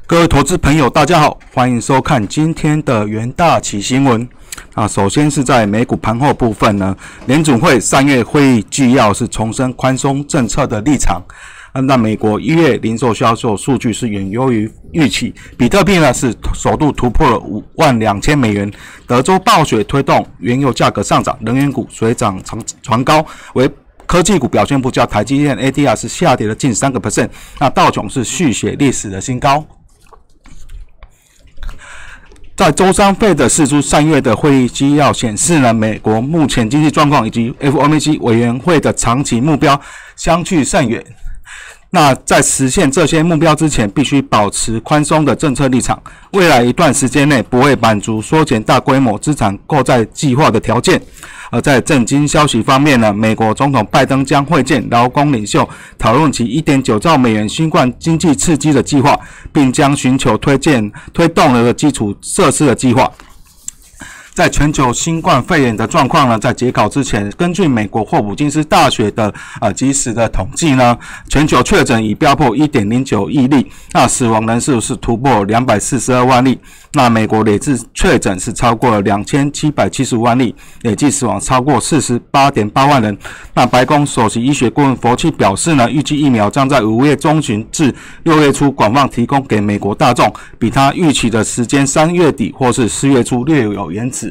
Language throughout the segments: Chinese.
各位投资朋友，大家好，欢迎收看今天的元大奇新闻。首先是在美股盘后部分呢，联准会3月会议纪要是重申宽松政策的立场。那美国1月零售销售数据是远优于预期，比特币呢是首度突破了52000美元。德州暴雪推动原油价格上涨，能源股水涨船高，为科技股表现不佳，台积电 ADR 是下跌了近3%，那道琼是续写历史的新高。在周三Fed释出3月的会议纪要显示呢，美国目前经济状况以及 FOMC 委员会的长期目标相去甚远。那在实现这些目标之前，必须保持宽松的政策立场。未来一段时间内不会满足缩减大规模资产购债计划的条件。而在政经消息方面呢，美国总统拜登将会见劳工领袖，讨论其 1.9 兆美元新冠经济刺激的计划，并将寻求推动了基础设施的计划。在全球新冠肺炎的状况呢，在截稿之前，根据美国霍普金斯大学的即时的统计呢，全球确诊已飙破 1.09 亿例，那死亡人数是突破242万例。那美国累计确诊是超过了2775万例，累计死亡超过 48.8 万人。那白宫首席医学顾问佛奇表示呢，预计疫苗将在5月中旬至6月初广泛提供给美国大众，比他预期的时间3月底或是4月初略有延迟。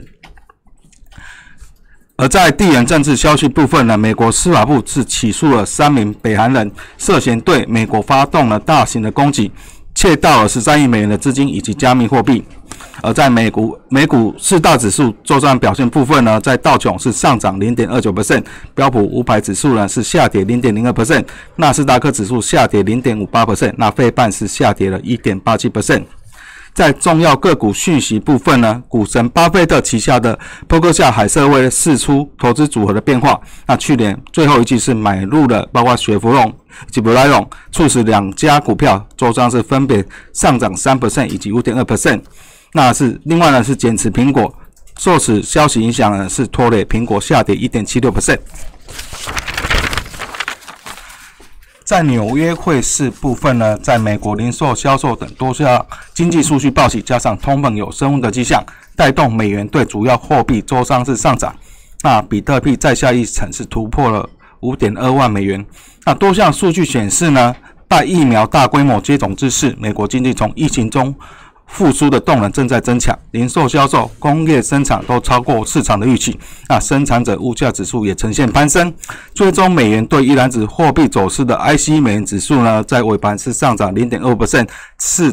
而在地缘政治消息部分呢，美国司法部是起诉了3名北韩人，涉嫌对美国发动了大型的攻击，窃盗了13亿美元的资金以及加密货币。而在美股4大指数周三表现部分呢，在道琼是上涨 0.29%， 标普500指数呢是下跌 0.02%， 纳斯达克指数下跌 0.58%， 那费半是下跌了 1.87%。在重要个股讯息部分呢，股神巴菲特旗下的波克夏海瑟威释出投资组合的变化。那去年最后一季是买入了包括雪佛龙以及布莱荣，促使2家股票周三是分别上涨 3% 以及 5.2%。那是另外呢是减持苹果，受此消息影响呢是拖累苹果下跌 1.76%。在纽约汇市部分呢，在美国零售销售等多项经济数据报喜，加上通膨有升温的迹象，带动美元对主要货币周三是上涨。那比特币再下一层是突破了 5.2 万美元。那多项数据显示呢，待疫苗大规模接种之势，美国经济从疫情中复苏的动能正在增强，零售销售、工业生产都超过市场的预期。那生产者物价指数也呈现攀升。最终美元对一篮子货币走势的 IC 美元指数呢，在尾盘是上涨 0.25%， 是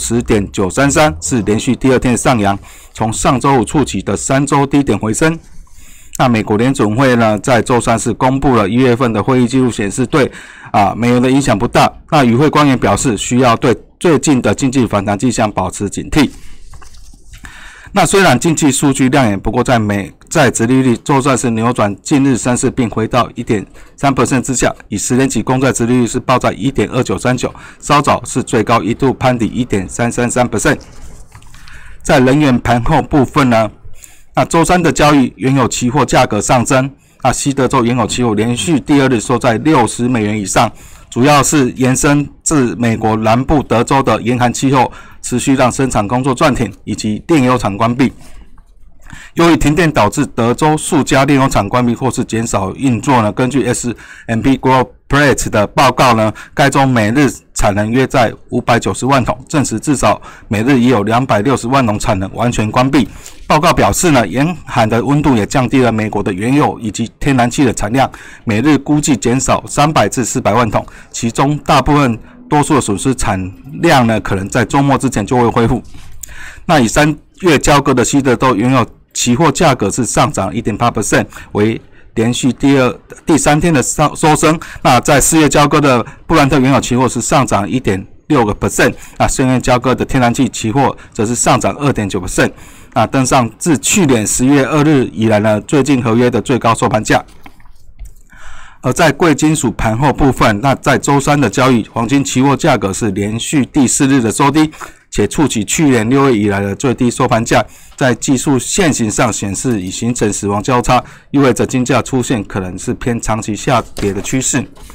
90.933， 是连续第2天上扬，从上周五触及的3周低点回升。那美国联准会呢，在周三是公布了1月份的会议记录，显示对美元的影响不大。那与会官员表示，需要对最近的经济反弹迹象保持警惕。那虽然经济数据亮眼，不过在殖利率周三是扭转近日升势，并回到 1.3% 之下，以10年期公债殖利率是报在 1.2939， 稍早是最高一度攀抵 1.333%。在能源盘后部分呢，那周三的交易，原油期货价格上升。那西德州原油期货连续第2日收在60美元以上，主要是延伸至美国南部德州的严寒气候持续让生产工作暂停，以及炼油厂关闭。由于停电导致德州数家炼油厂关闭或是减少运作呢，根据 S&P Global Platts 的报告呢，该州每日产能约在590万桶，证实至少每日已有260万桶产能完全关闭。报告表示呢，严寒的温度也降低了美国的原油以及天然气的产量，每日估计减少300至400万桶，其中多数的损失产量呢，可能在周末之前就会恢复。那以3月交割的西德州原油期货价格是上涨 1.8%， 为连续第3天的收升。那在4月交割的布兰特原油期货是上涨 1.6%， 那3月交割的天然气期货则是上涨 2.9%， 那登上自去年10月2日以来呢最近合约的最高收盘价。而在贵金属盘后部分，那在周三的交易，黄金期货价格是连续第4日的收低，且触及去年6月以来的最低收盘价，在技术线型上显示已形成死亡交叉，意味着金价出现可能是偏长期下跌的趋势。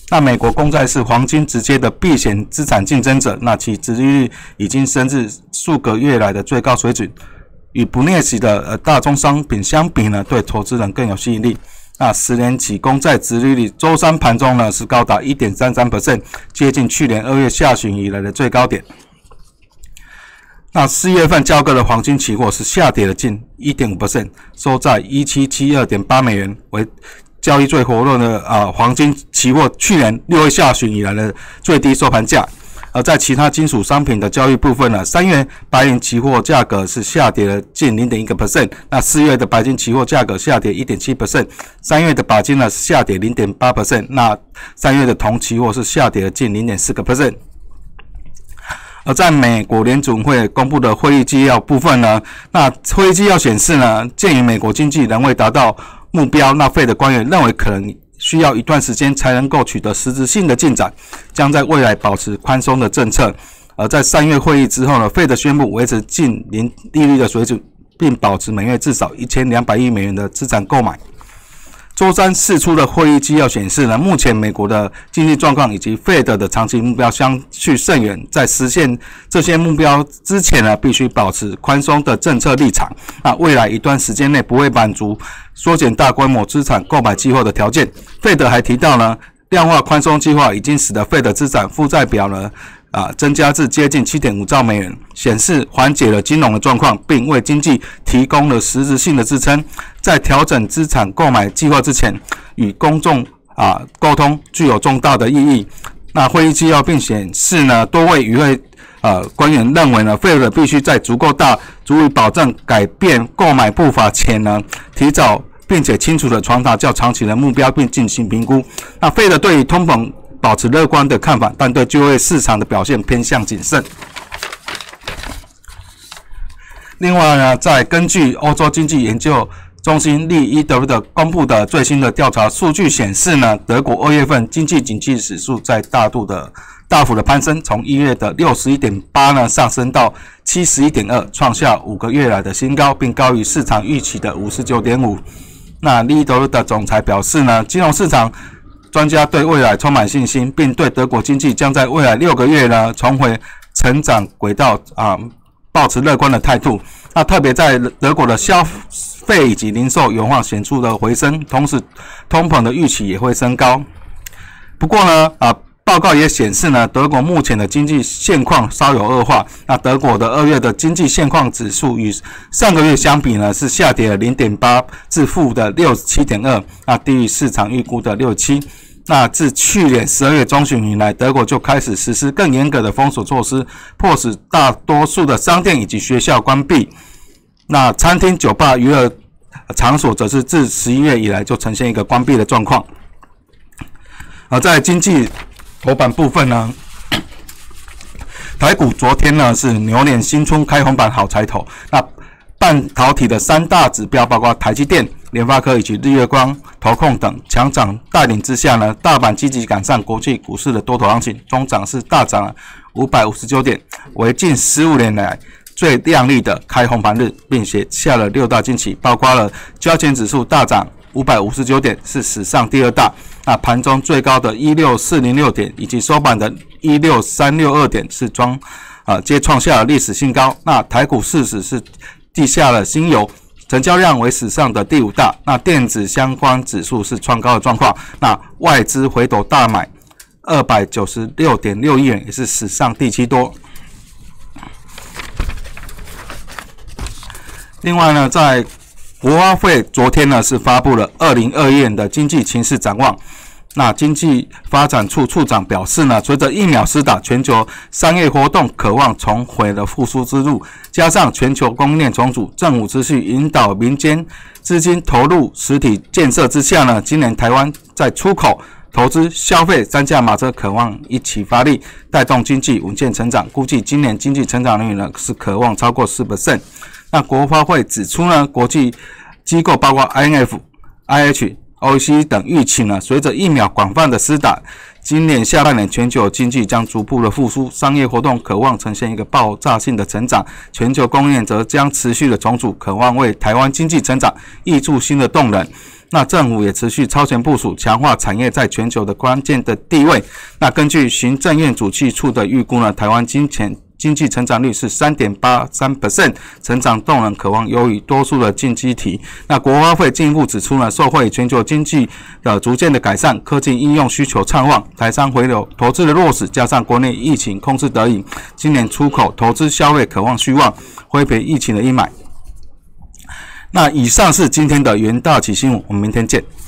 那美国公债是黄金直接的避险资产竞争者，那其殖利率已经升至数个月来的最高水准，与不孳息的大宗商品相比呢，对投资人更有吸引力。那10年期公债殖利率周三盘中呢是高达 1.33%， 接近去年2月下旬以来的最高点。那4月份交割的黄金期货是下跌了近 1.5%， 收在 1772.8 美元，为交易最活络的黄金期货去年6月下旬以来的最低收盘价。而在其他金属商品的交易部分呢，3月白银期货价格是下跌了近 0.1%， 那4月的白金期货价格下跌 1.7%， 3月的钯金呢是下跌 0.8%， 那3月的铜期货是下跌了近 0.4%。而在美国联准会公布的会议纪要部分呢，那会议纪要显示呢，鉴于美国经济仍未达到目标，那费的官员认为可能需要一段时间才能够取得实质性的进展，将在未来保持宽松的政策。而在3月会议之后呢，费的宣布维持近零利率的水准，并保持每月至少1200亿美元的资产购买。周三释出的会议纪要显示呢，目前美国的经济状况以及 Fed 的长期目标相去甚远，在实现这些目标之前呢，必须保持宽松的政策立场。那未来一段时间内不会满足缩减大规模资产购买计划的条件。Fed 还提到呢，量化宽松计划已经使得 Fed 资产负债表呢增加至接近 7.5 兆美元，显示缓解了金融的状况，并为经济提供了实质性的支撑。在调整资产购买计划之前，与公众沟通具有重大的意义。那会议纪要并显示呢，多位与会官员认为呢，Fed 必须在足够大、足以保证改变购买步伐前呢，提早并且清楚地传达较长期的目标，并进行评估。那 Fed 对于通膨保持乐观的看法，但对就业市场的表现偏向谨慎。另外呢，在根据欧洲经济研究中心 LEW 的公布的最新的调查数据显示呢，德国2月份经济景气指数在大幅的攀升，从1月的 61.8 呢上升到 71.2， 创下5个月来的新高，并高于市场预期的 59.5。那 LEW 的总裁表示呢，金融市场专家对未来充满信心，并对德国经济将在未来6个月呢重回成长轨道抱持乐观的态度。那特别在德国的消费以及零售有望显著的回升，同时通膨的预期也会升高。不过呢报告也显示呢，德国目前的经济现况稍有恶化。那德国的2月的经济现况指数与上个月相比呢，是下跌了 0.8 至负的 67.2， 那低于市场预估的67。那自去年12月中旬以来，德国就开始实施更严格的封锁措施，迫使大多数的商店以及学校关闭。那餐厅、酒吧、娱乐场所则是自11月以来就呈现一个关闭的状况。而在经济头版部分呢，台股昨天呢是牛年新春开红盘好彩头。那半导体的3大指标，包括台积电、联发科以及日月光、投控等强涨带领之下呢，大盘积极赶上国际股市的多头行情，中涨是大涨了559点，为近15年来最亮丽的开红盘日，并且下了6大惊喜，包括了加权指数大涨559点，是史上第2大。那盘中最高的16406点，以及收盘的16362点，是皆创下了历史新高。那台股市值是缔下了新猷，成交量为史上的第5大。那电子相关指数是创高的状况。那外资回头大买296.6亿元，也是史上第7多。另外呢，在国发会昨天呢是发布了2021年的经济情势展望。那经济发展处处长表示呢，随着疫苗施打，全球商业活动渴望重回了复苏之路，加上全球供应链重组，政府持续引导民间资金投入实体建设之下呢，今年台湾在出口、投资、消费3驾马车渴望一起发力，带动经济稳健成长。估计今年经济成长率呢是渴望超过 4%。那国发会指出呢，国际机构包括 INF、IH、OECD 等预期呢，随着疫苗广泛的施打，今年下半年全球经济将逐步的复苏，商业活动渴望呈现一个爆炸性的成长，全球供应链则将持续的重组，渴望为台湾经济成长挹注新的动能。 那政府也持续超前部署，强化产业在全球的关键的地位。那根据行政院主计处的预估呢，台湾经济成长率是 3.83%， 成长动能可望优于多数的经济体。那国发会进一步指出呢，受惠全球经济逐渐的改善，科技应用需求畅旺，台商回流投资的落实，加上国内疫情控制得宜，今年出口、投资、消费可望续旺，挥别疫情的阴霾。那以上是今天的元大奇新闻，我们明天见。